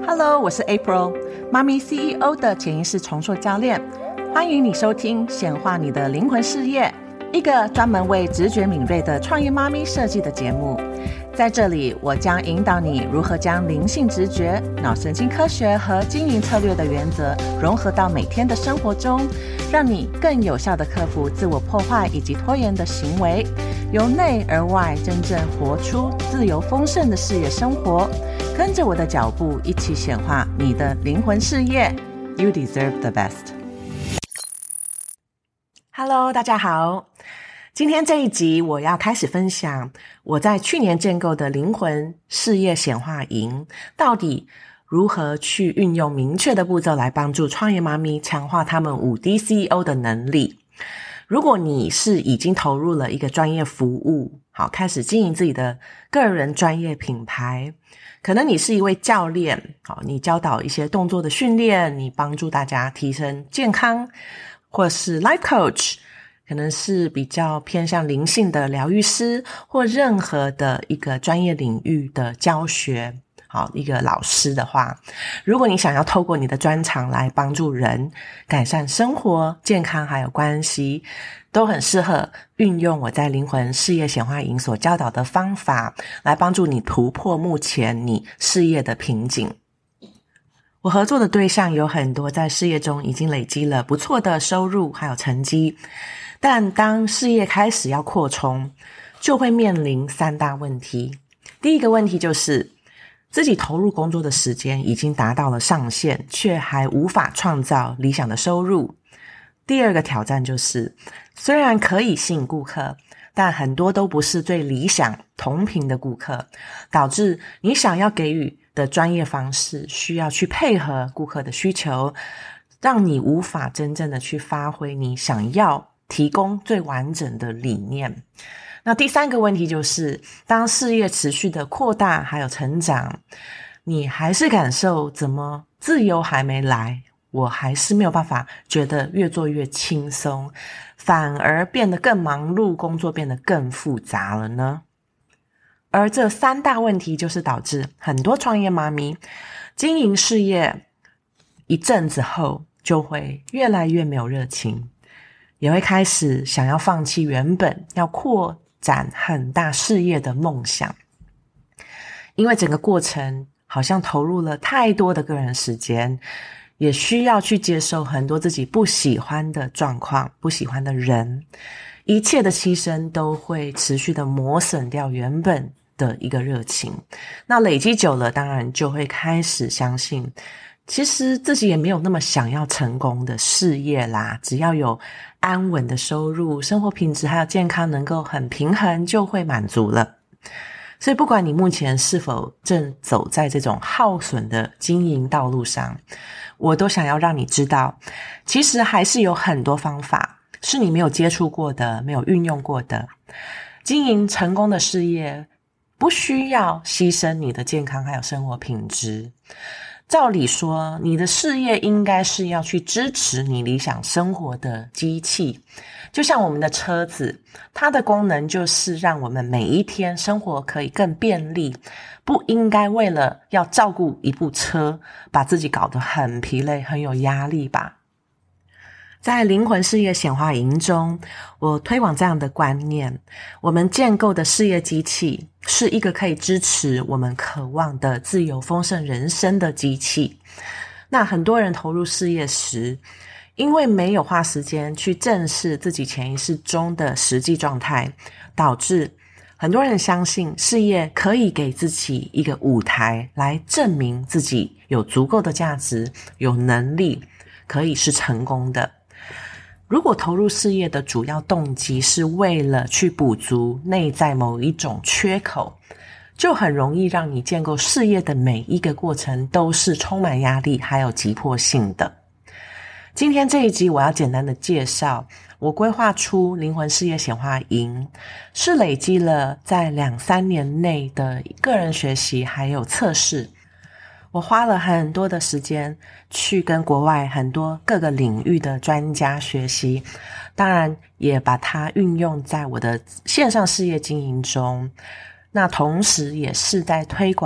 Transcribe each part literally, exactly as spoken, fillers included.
Hello， 我是 April， 妈咪 C E O 的潜意识重塑教练，欢迎你收听显化你的灵魂事业，一个专门为直觉敏锐的创业妈咪设计的节目。在这里，我将引导你如何将灵性直觉、脑神经科学和经营策略的原则融合到每天的生活中，让你更有效地克服自我破坏以及拖延的行为，由内而外真正活出自由丰盛的事业生活。跟着我的脚步，一起显化你的灵魂事业。You deserve the best. Hello， 大家好。今天这一集我要开始分享我在去年建构的灵魂事业显化营，到底如何去运用明确的步骤来帮助创业妈咪强化他们 五 D C E O 的能力。如果你是已经投入了一个专业服务，好，开始经营自己的个人专业品牌，可能你是一位教练，好，你教导一些动作的训练，你帮助大家提升健康，或是 life coach， 可能是比较偏向灵性的疗愈师，或任何的一个专业领域的教学，好，一个老师的话，如果你想要透过你的专长来帮助人改善生活、健康还有关系，都很适合运用我在灵魂事业显化营所教导的方法，来帮助你突破目前你事业的瓶颈。我合作的对象有很多在事业中已经累积了不错的收入还有成绩，但当事业开始要扩充，就会面临三大问题。第一个问题就是自己投入工作的时间已经达到了上限，却还无法创造理想的收入。第二个挑战就是虽然可以吸引顾客，但很多都不是最理想同频的顾客，导致你想要给予的专业方式需要去配合顾客的需求，让你无法真正的去发挥你想要提供最完整的理念。那第三个问题就是当事业持续的扩大还有成长，你还是感受怎么自由还没来，我还是没有办法觉得越做越轻松，反而变得更忙碌，工作变得更复杂了呢？而这三大问题就是导致很多创业妈咪经营事业一阵子后就会越来越没有热情，也会开始想要放弃原本要扩展很大事业的梦想，因为整个过程好像投入了太多的个人时间，也需要去接受很多自己不喜欢的状况，不喜欢的人，一切的牺牲都会持续的磨损掉原本的一个热情。那累积久了，当然就会开始相信其实自己也没有那么想要成功的事业啦，只要有安稳的收入，生活品质还有健康能够很平衡，就会满足了。所以不管你目前是否正走在这种耗损的经营道路上，我都想要让你知道，其实还是有很多方法是你没有接触过的，没有运用过的。经营成功的事业不需要牺牲你的健康还有生活品质，照理说你的事业应该是要去支持你理想生活的机器，就像我们的车子，它的功能就是让我们每一天生活可以更便利，不应该为了要照顾一部车把自己搞得很疲累很有压力吧。在灵魂事业显化营中，我推广这样的观念，我们建构的事业机器是一个可以支持我们渴望的自由丰盛人生的机器。那很多人投入事业时，因为没有花时间去正视自己潜意识中的实际状态，导致很多人相信事业可以给自己一个舞台来证明自己有足够的价值，有能力，可以是成功的。如果投入事业的主要动机是为了去补足内在某一种缺口，就很容易让你建构事业的每一个过程都是充满压力还有急迫性的。今天这一集我要简单的介绍我规划出灵魂事业显化营，是累积了在两三年内的个人学习还有测试。我花了很多的时间去跟国外很多各个领域的专家学习，当然也把它运用在我的线上事业经营中。那同时也是在推广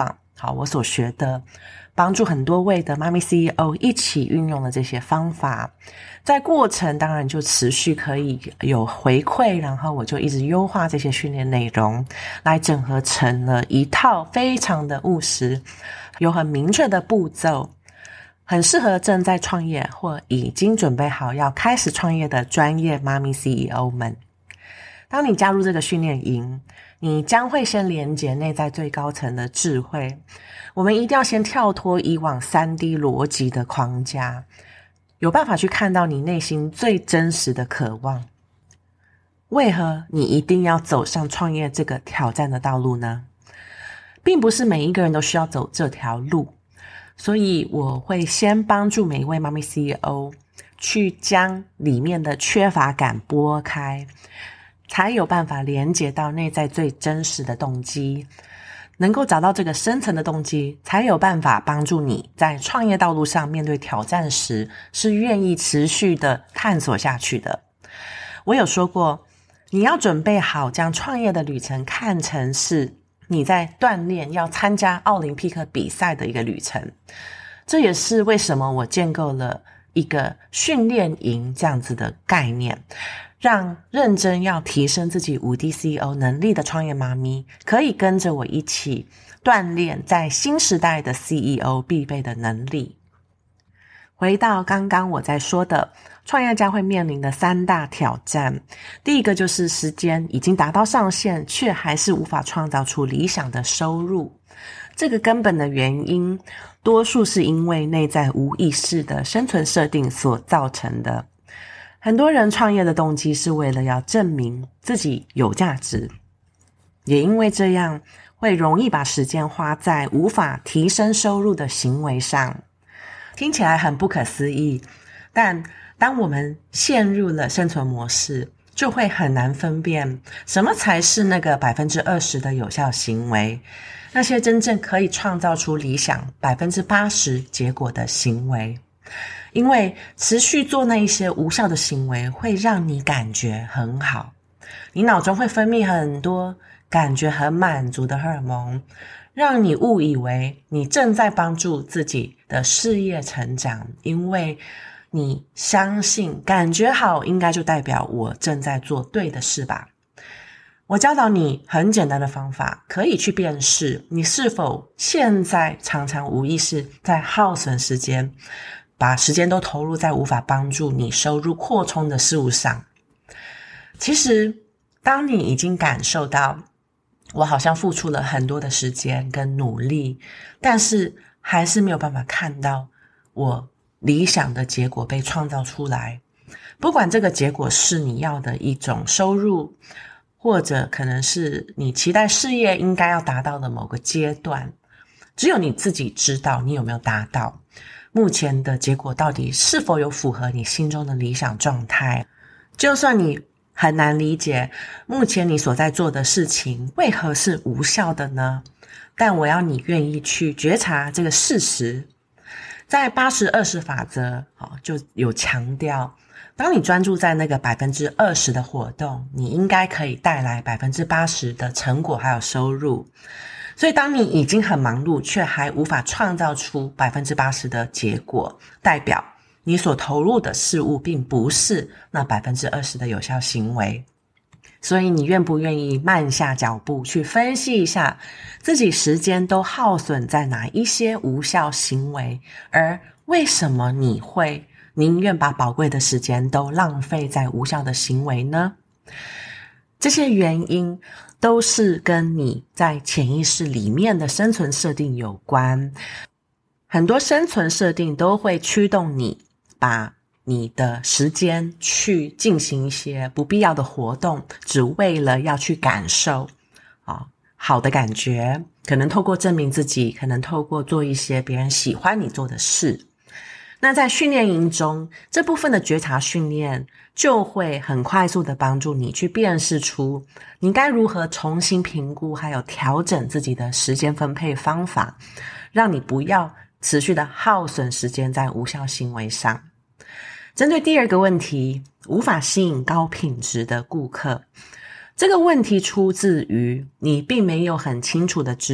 好，我所学的，帮助很多位的妈咪 C E O 一起运用的这些方法，在过程当然就持续可以有回馈，然后我就一直优化这些训练内容，来整合成了一套非常的务实，有很明确的步骤，很适合正在创业或已经准备好要开始创业的专业妈咪 C E O 们。当你加入这个训练营，你将会先连结内在最高层的智慧。我们一定要先跳脱以往 三 D 逻辑的框架，有办法去看到你内心最真实的渴望。为何你一定要走上创业这个挑战的道路呢？并不是每一个人都需要走这条路，所以我会先帮助每一位妈咪 C E O 去将里面的缺乏感拨开，才有办法连接到内在最真实的动机，能够找到这个深层的动机，才有办法帮助你在创业道路上面对挑战时是愿意持续的探索下去的。我有说过，你要准备好将创业的旅程看成是你在锻炼要参加奥林匹克比赛的一个旅程。这也是为什么我建构了一个训练营这样子的概念，让认真要提升自己 五 D C E O 能力的创业妈咪可以跟着我一起锻炼在新时代的 C E O 必备的能力。回到刚刚我在说的创业家会面临的三大挑战，第一个就是时间已经达到上限，却还是无法创造出理想的收入。这个根本的原因，多数是因为内在无意识的生存设定所造成的。很多人创业的动机是为了要证明自己有价值，也因为这样会容易把时间花在无法提升收入的行为上。听起来很不可思议，但当我们陷入了生存模式，就会很难分辨什么才是那个 百分之二十 的有效行为，那些真正可以创造出理想 百分之八十 结果的行为。因为持续做那一些无效的行为会让你感觉很好，你脑中会分泌很多感觉很满足的荷尔蒙，让你误以为你正在帮助自己的事业成长，因为你相信感觉好应该就代表我正在做对的事吧。我教导你很简单的方法，可以去辨识你是否现在常常无意识在耗损时间，把时间都投入在无法帮助你收入扩充的事物上。其实当你已经感受到我好像付出了很多的时间跟努力，但是还是没有办法看到我理想的结果被创造出来，不管这个结果是你要的一种收入，或者可能是你期待事业应该要达到的某个阶段，只有你自己知道你有没有达到，目前的结果到底是否有符合你心中的理想状态。就算你很难理解目前你所在做的事情为何是无效的呢，但我要你愿意去觉察这个事实。在八十二十法则就有强调，当你专注在那个 百分之二十 的活动，你应该可以带来 百分之八十 的成果还有收入。所以当你已经很忙碌却还无法创造出 百分之八十 的结果，代表你所投入的事物并不是那 百分之二十 的有效行为。所以你愿不愿意慢下脚步去分析一下自己时间都耗损在哪一些无效行为，而为什么你会宁愿把宝贵的时间都浪费在无效的行为呢？这些原因都是跟你在潜意识里面的生存设定有关。很多生存设定都会驱动你把你的时间去进行一些不必要的活动，只为了要去感受、哦、好的感觉，可能透过证明自己，可能透过做一些别人喜欢你做的事。那在训练营中，这部分的觉察训练就会很快速的帮助你去辨识出你该如何重新评估还有调整自己的时间分配方法，让你不要持续的耗损时间在无效行为上。针对第二个问题，无法吸引高品质的顾客，这个问题出自于你并没有很清楚的知道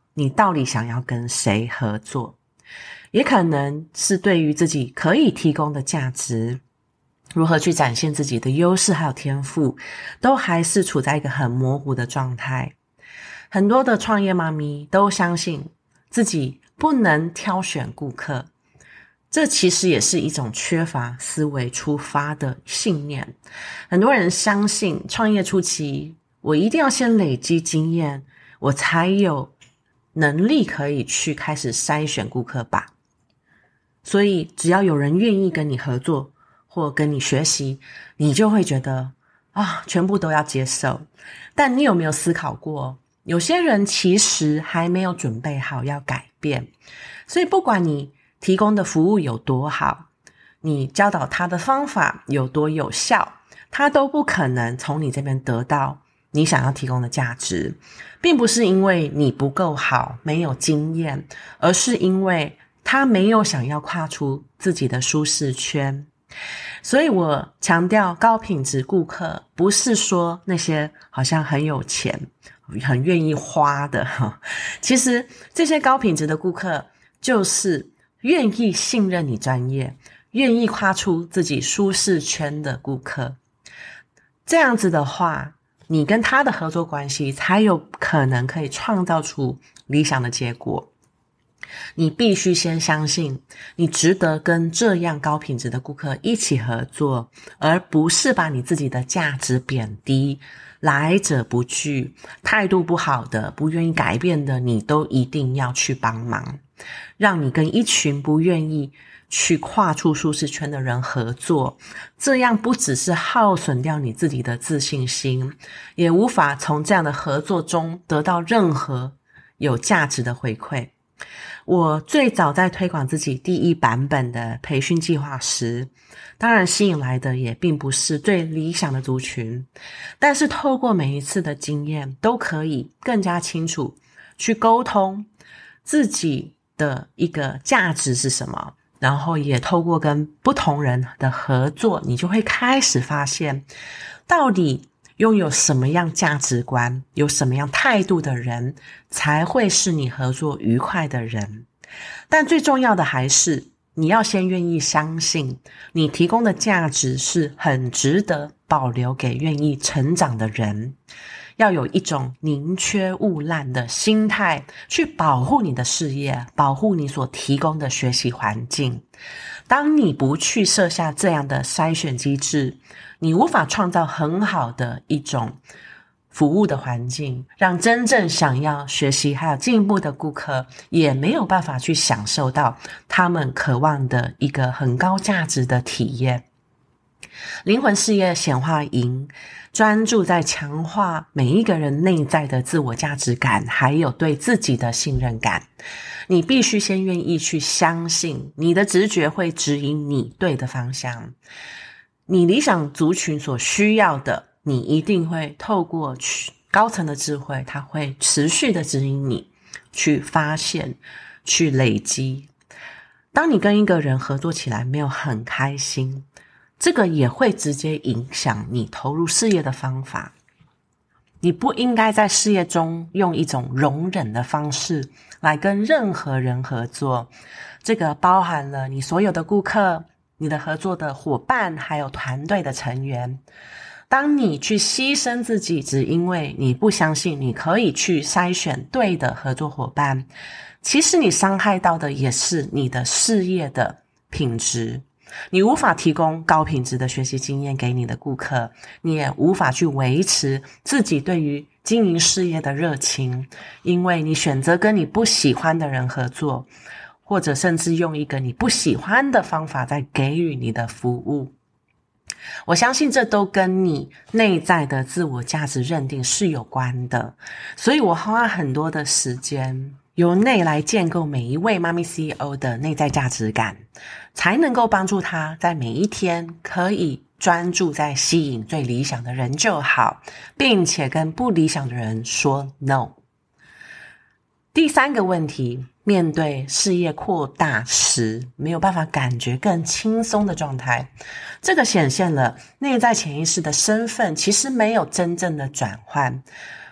你到底想要跟谁合作，也可能是对于自己可以提供的价值，如何去展现自己的优势还有天赋，都还是处在一个很模糊的状态。很多的创业妈咪都相信自己不能挑选顾客，这其实也是一种缺乏思维出发的信念。很多人相信创业初期，我一定要先累积经验，我才有能力可以去开始筛选顾客吧。所以只要有人愿意跟你合作或跟你学习，你就会觉得啊，全部都要接受。但你有没有思考过，有些人其实还没有准备好要改变，所以不管你提供的服务有多好，你教导他的方法有多有效，他都不可能从你这边得到你想要提供的价值，并不是因为你不够好，没有经验，而是因为他没有想要跨出自己的舒适圈。所以我强调高品质顾客，不是说那些好像很有钱很愿意花的，其实这些高品质的顾客就是愿意信任你专业，愿意跨出自己舒适圈的顾客。这样子的话，你跟他的合作关系才有可能可以创造出理想的结果。你必须先相信你值得跟这样高品质的顾客一起合作，而不是把你自己的价值贬低，来者不拒，态度不好的，不愿意改变的，你都一定要去帮忙，让你跟一群不愿意去跨出舒适圈的人合作。这样不只是耗损掉你自己的自信心，也无法从这样的合作中得到任何有价值的回馈。我最早在推广自己第一版本的培训计划时，当然吸引来的也并不是最理想的族群，但是透过每一次的经验，都可以更加清楚去沟通自己的一个价值是什么，然后也透过跟不同人的合作，你就会开始发现到底拥有什么样价值观，有什么样态度的人才会是你合作愉快的人。但最重要的还是你要先愿意相信你提供的价值是很值得保留给愿意成长的人，要有一种宁缺毋滥的心态去保护你的事业，保护你所提供的学习环境。当你不去设下这样的筛选机制，你无法创造很好的一种服务的环境，让真正想要学习还有进步的顾客也没有办法去享受到他们渴望的一个很高价值的体验。灵魂事业显化营专注在强化每一个人内在的自我价值感，还有对自己的信任感。你必须先愿意去相信你的直觉会指引你对的方向，你理想族群所需要的，你一定会透过高层的智慧，它会持续的指引你去发现，去累积。当你跟一个人合作起来没有很开心，这个也会直接影响你投入事业的方法。你不应该在事业中用一种容忍的方式来跟任何人合作，这个包含了你所有的顾客，你的合作的伙伴，还有团队的成员。当你去牺牲自己，只因为你不相信你可以去筛选对的合作伙伴，其实你伤害到的也是你的事业的品质。你无法提供高品质的学习经验给你的顾客，你也无法去维持自己对于经营事业的热情，因为你选择跟你不喜欢的人合作，或者甚至用一个你不喜欢的方法在给予你的服务。我相信这都跟你内在的自我价值认定是有关的，所以我花很多的时间由内来建构每一位妈咪 C E O 的内在价值感，才能够帮助他在每一天可以专注在吸引最理想的人就好，并且跟不理想的人说 no。 第三个问题，面对事业扩大时没有办法感觉更轻松的状态，这个显现了内在潜意识的身份其实没有真正的转换，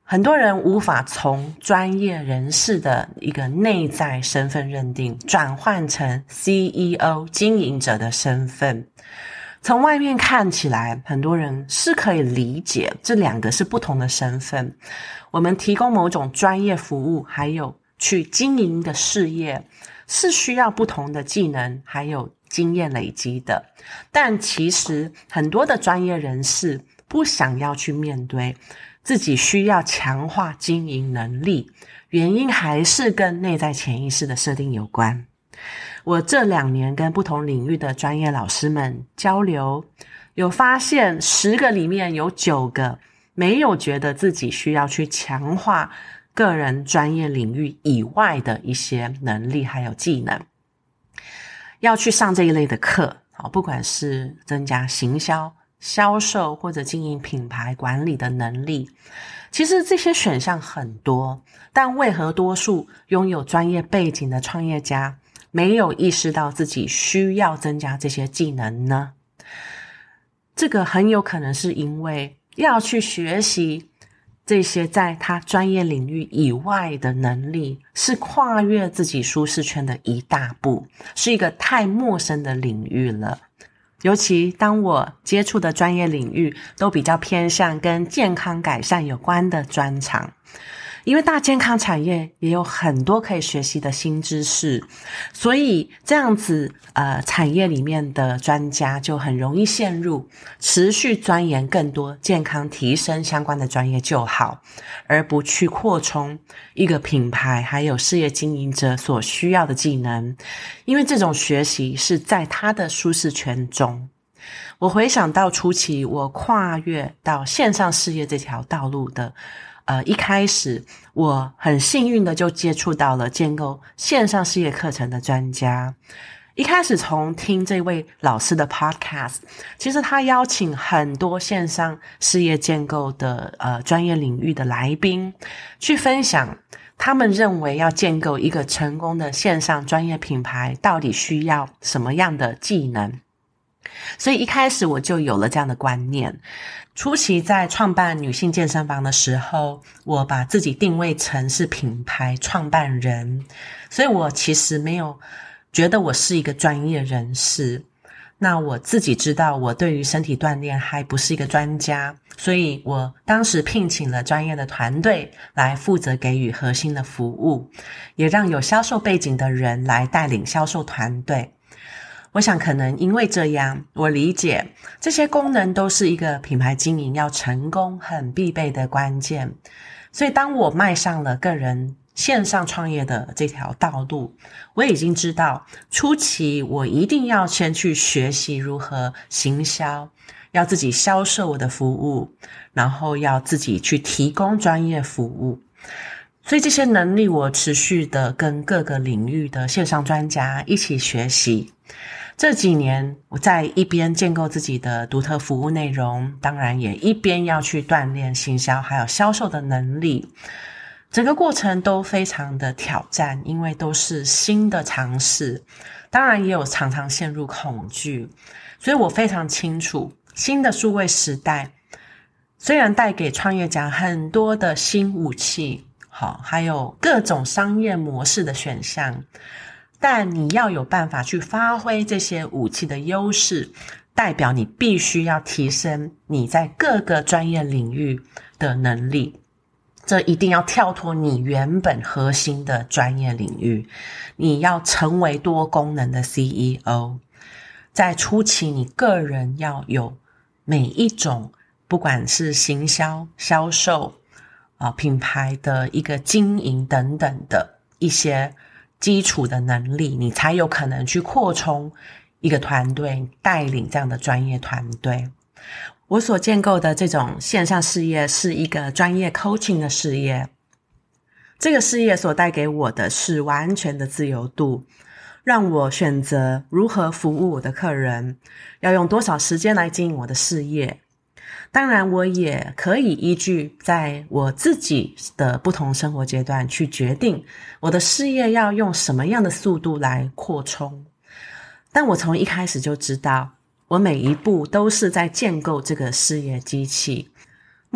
很多人无法从专业人士的一个内在身份认定转换成 C E O 经营者的身份。从外面看起来，很多人是可以理解这两个是不同的身份。我们提供某种专业服务，还有去经营的事业，是需要不同的技能还有经验累积的。但其实很多的专业人士不想要去面对自己需要强化经营能力，原因还是跟内在潜意识的设定有关。我这两年跟不同领域的专业老师们交流，有发现十个里面有九个没有觉得自己需要去强化个人专业领域以外的一些能力还有技能，要去上这一类的课，不管是增加行销、销售或者经营品牌管理的能力。其实这些选项很多，但为何多数拥有专业背景的创业家没有意识到自己需要增加这些技能呢？这个很有可能是因为要去学习这些在他专业领域以外的能力，是跨越自己舒适圈的一大步，是一个太陌生的领域了。尤其当我接触的专业领域都比较偏向跟健康改善有关的专长，因为大健康产业也有很多可以学习的新知识，所以这样子呃，产业里面的专家就很容易陷入持续钻研更多健康提升相关的专业就好，而不去扩充一个品牌还有事业经营者所需要的技能，因为这种学习是在他的舒适圈中。我回想到初期我跨越到线上事业这条道路的呃，一开始我很幸运的就接触到了建构线上事业课程的专家。一开始从听这位老师的 podcast， 其实他邀请很多线上事业建构的呃专业领域的来宾去分享他们认为要建构一个成功的线上专业品牌到底需要什么样的技能。所以一开始我就有了这样的观念。初期在创办女性健身房的时候，我把自己定位成是品牌创办人，所以我其实没有觉得我是一个专业人士。那我自己知道我对于身体锻炼还不是一个专家，所以我当时聘请了专业的团队来负责给予核心的服务，也让有销售背景的人来带领销售团队。我想可能因为这样，我理解这些功能都是一个品牌经营要成功很必备的关键。所以当我迈上了个人线上创业的这条道路，我已经知道初期我一定要先去学习如何行销，要自己销售我的服务，然后要自己去提供专业服务。所以这些能力我持续的跟各个领域的线上专家一起学习。这几年我在一边建构自己的独特服务内容，当然也一边要去锻炼行销还有销售的能力。整个过程都非常的挑战，因为都是新的尝试，当然也有常常陷入恐惧。所以我非常清楚，新的数位时代虽然带给创业家很多的新武器，好，还有各种商业模式的选项，但你要有办法去发挥这些武器的优势，代表你必须要提升你在各个专业领域的能力。这一定要跳脱你原本核心的专业领域，你要成为多功能的 C E O。 在初期你个人要有每一种不管是行销、销售、呃、品牌的一个经营等等的一些基础的能力，你才有可能去扩充一个团队，带领这样的专业团队。我所建构的这种线上事业是一个专业 coaching 的事业，这个事业所带给我的是完全的自由度，让我选择如何服务我的客人，要用多少时间来经营我的事业。当然我也可以依据在我自己的不同生活阶段去决定我的事业要用什么样的速度来扩充。但我从一开始就知道，我每一步都是在建构这个事业机器，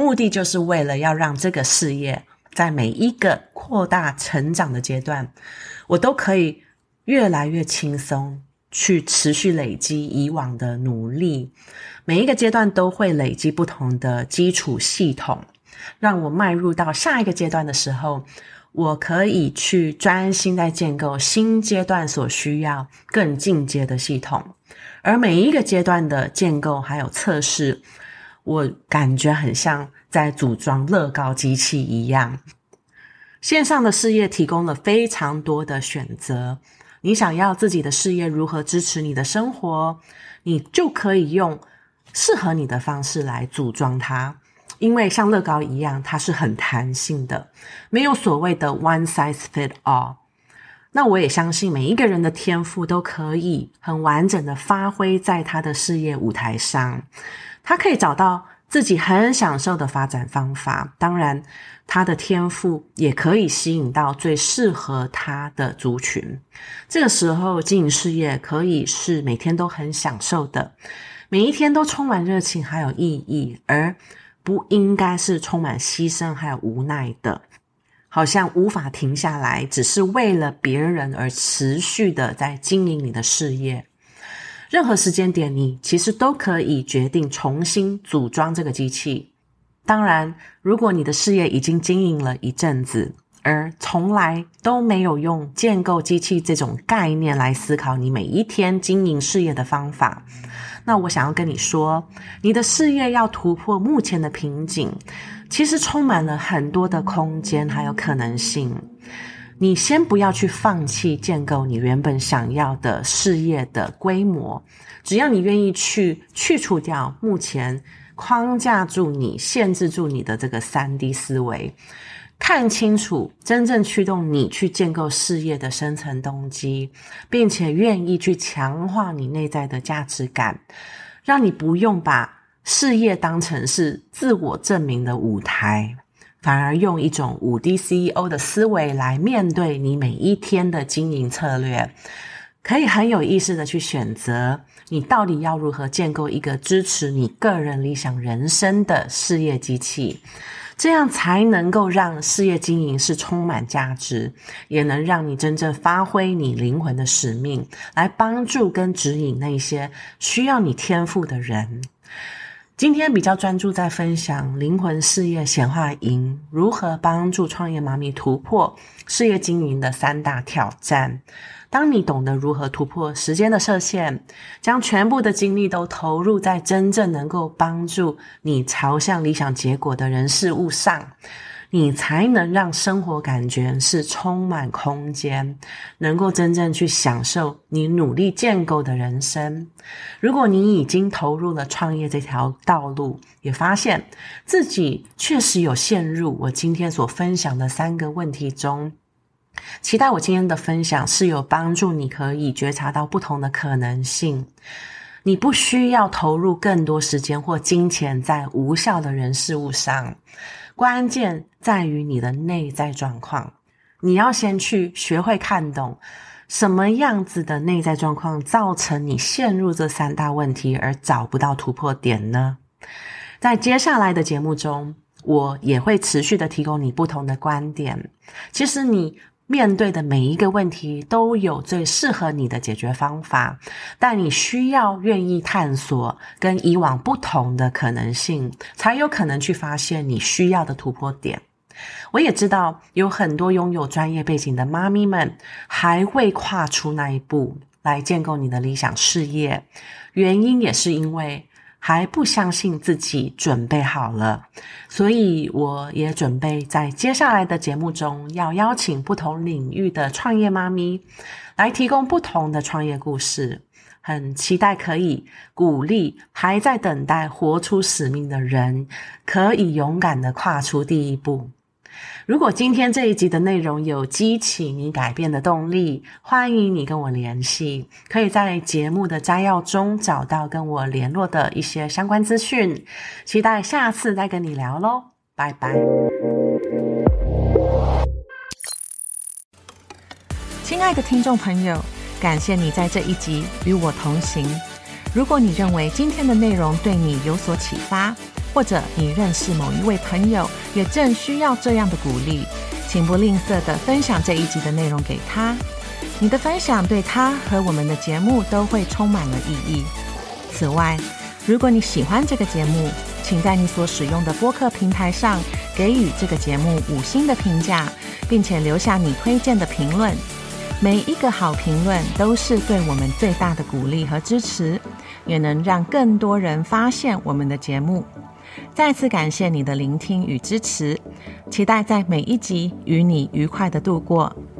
目的就是为了要让这个事业在每一个扩大成长的阶段，我都可以越来越轻松去持续累积以往的努力，每一个阶段都会累积不同的基础系统，让我迈入到下一个阶段的时候，我可以去专心在建构新阶段所需要更进阶的系统。而每一个阶段的建构还有测试，我感觉很像在组装乐高机器一样。线上的事业提供了非常多的选择，你想要自己的事业如何支持你的生活，你就可以用适合你的方式来组装它。因为像乐高一样，它是很弹性的，没有所谓的 one size fit all。 那我也相信每一个人的天赋都可以很完整的发挥在他的事业舞台上，他可以找到自己很享受的发展方法，当然他的天赋也可以吸引到最适合他的族群。这个时候经营事业可以是每天都很享受的，每一天都充满热情还有意义，而不应该是充满牺牲还有无奈的，好像无法停下来，只是为了别人而持续的在经营你的事业。任何时间点你其实都可以决定重新组装这个机器。当然，如果你的事业已经经营了一阵子，而从来都没有用建构机器这种概念来思考你每一天经营事业的方法，那我想要跟你说，你的事业要突破目前的瓶颈，其实充满了很多的空间还有可能性。你先不要去放弃建构你原本想要的事业的规模，只要你愿意去去除掉目前框架住你限制住你的这个 三 D 思维，看清楚真正驱动你去建构事业的深层动机，并且愿意去强化你内在的价值感，让你不用把事业当成是自我证明的舞台，反而用一种 五 D C E O 的思维来面对你每一天的经营策略，可以很有意识的去选择你到底要如何建构一个支持你个人理想人生的事业机器，这样才能够让事业经营是充满价值，也能让你真正发挥你灵魂的使命，来帮助跟指引那些需要你天赋的人。今天比较专注在分享灵魂事业显化营如何帮助创业妈咪突破事业经营的三大挑战。当你懂得如何突破时间的设限，将全部的精力都投入在真正能够帮助你朝向理想结果的人事物上，你才能让生活感觉是充满空间，能够真正去享受你努力建构的人生。如果你已经投入了创业这条道路，也发现自己确实有陷入我今天所分享的三个问题中，期待我今天的分享是有帮助你可以觉察到不同的可能性。你不需要投入更多时间或金钱在无效的人事物上，关键在于你的内在状况。你要先去学会看懂什么样子的内在状况造成你陷入这三大问题而找不到突破点呢？在接下来的节目中，我也会持续的提供你不同的观点。其实你面对的每一个问题都有最适合你的解决方法，但你需要愿意探索跟以往不同的可能性，才有可能去发现你需要的突破点。我也知道有很多拥有专业背景的妈咪们还未跨出那一步来建构你的理想事业，原因也是因为还不相信自己准备好了。所以我也准备在接下来的节目中要邀请不同领域的创业妈咪来提供不同的创业故事，很期待可以鼓励还在等待活出使命的人，可以勇敢地跨出第一步。如果今天这一集的内容有激起你改变的动力，欢迎你跟我联系，可以在节目的摘要中找到跟我联络的一些相关资讯。期待下次再跟你聊咯，拜拜。亲爱的听众朋友，感谢你在这一集与我同行。如果你认为今天的内容对你有所启发， 或者你认识某一位朋友也正需要这样的鼓励，请不吝啬地分享这一集的内容给他。你的分享对他和我们的节目都会充满了意义。此外，如果你喜欢这个节目，请在你所使用的播客平台上给予这个节目五星的评价，并且留下你推荐的评论。每一个好评论都是对我们最大的鼓励和支持，也能让更多人发现我们的节目。再次感谢你的聆听与支持，期待在每一集与你愉快的度过。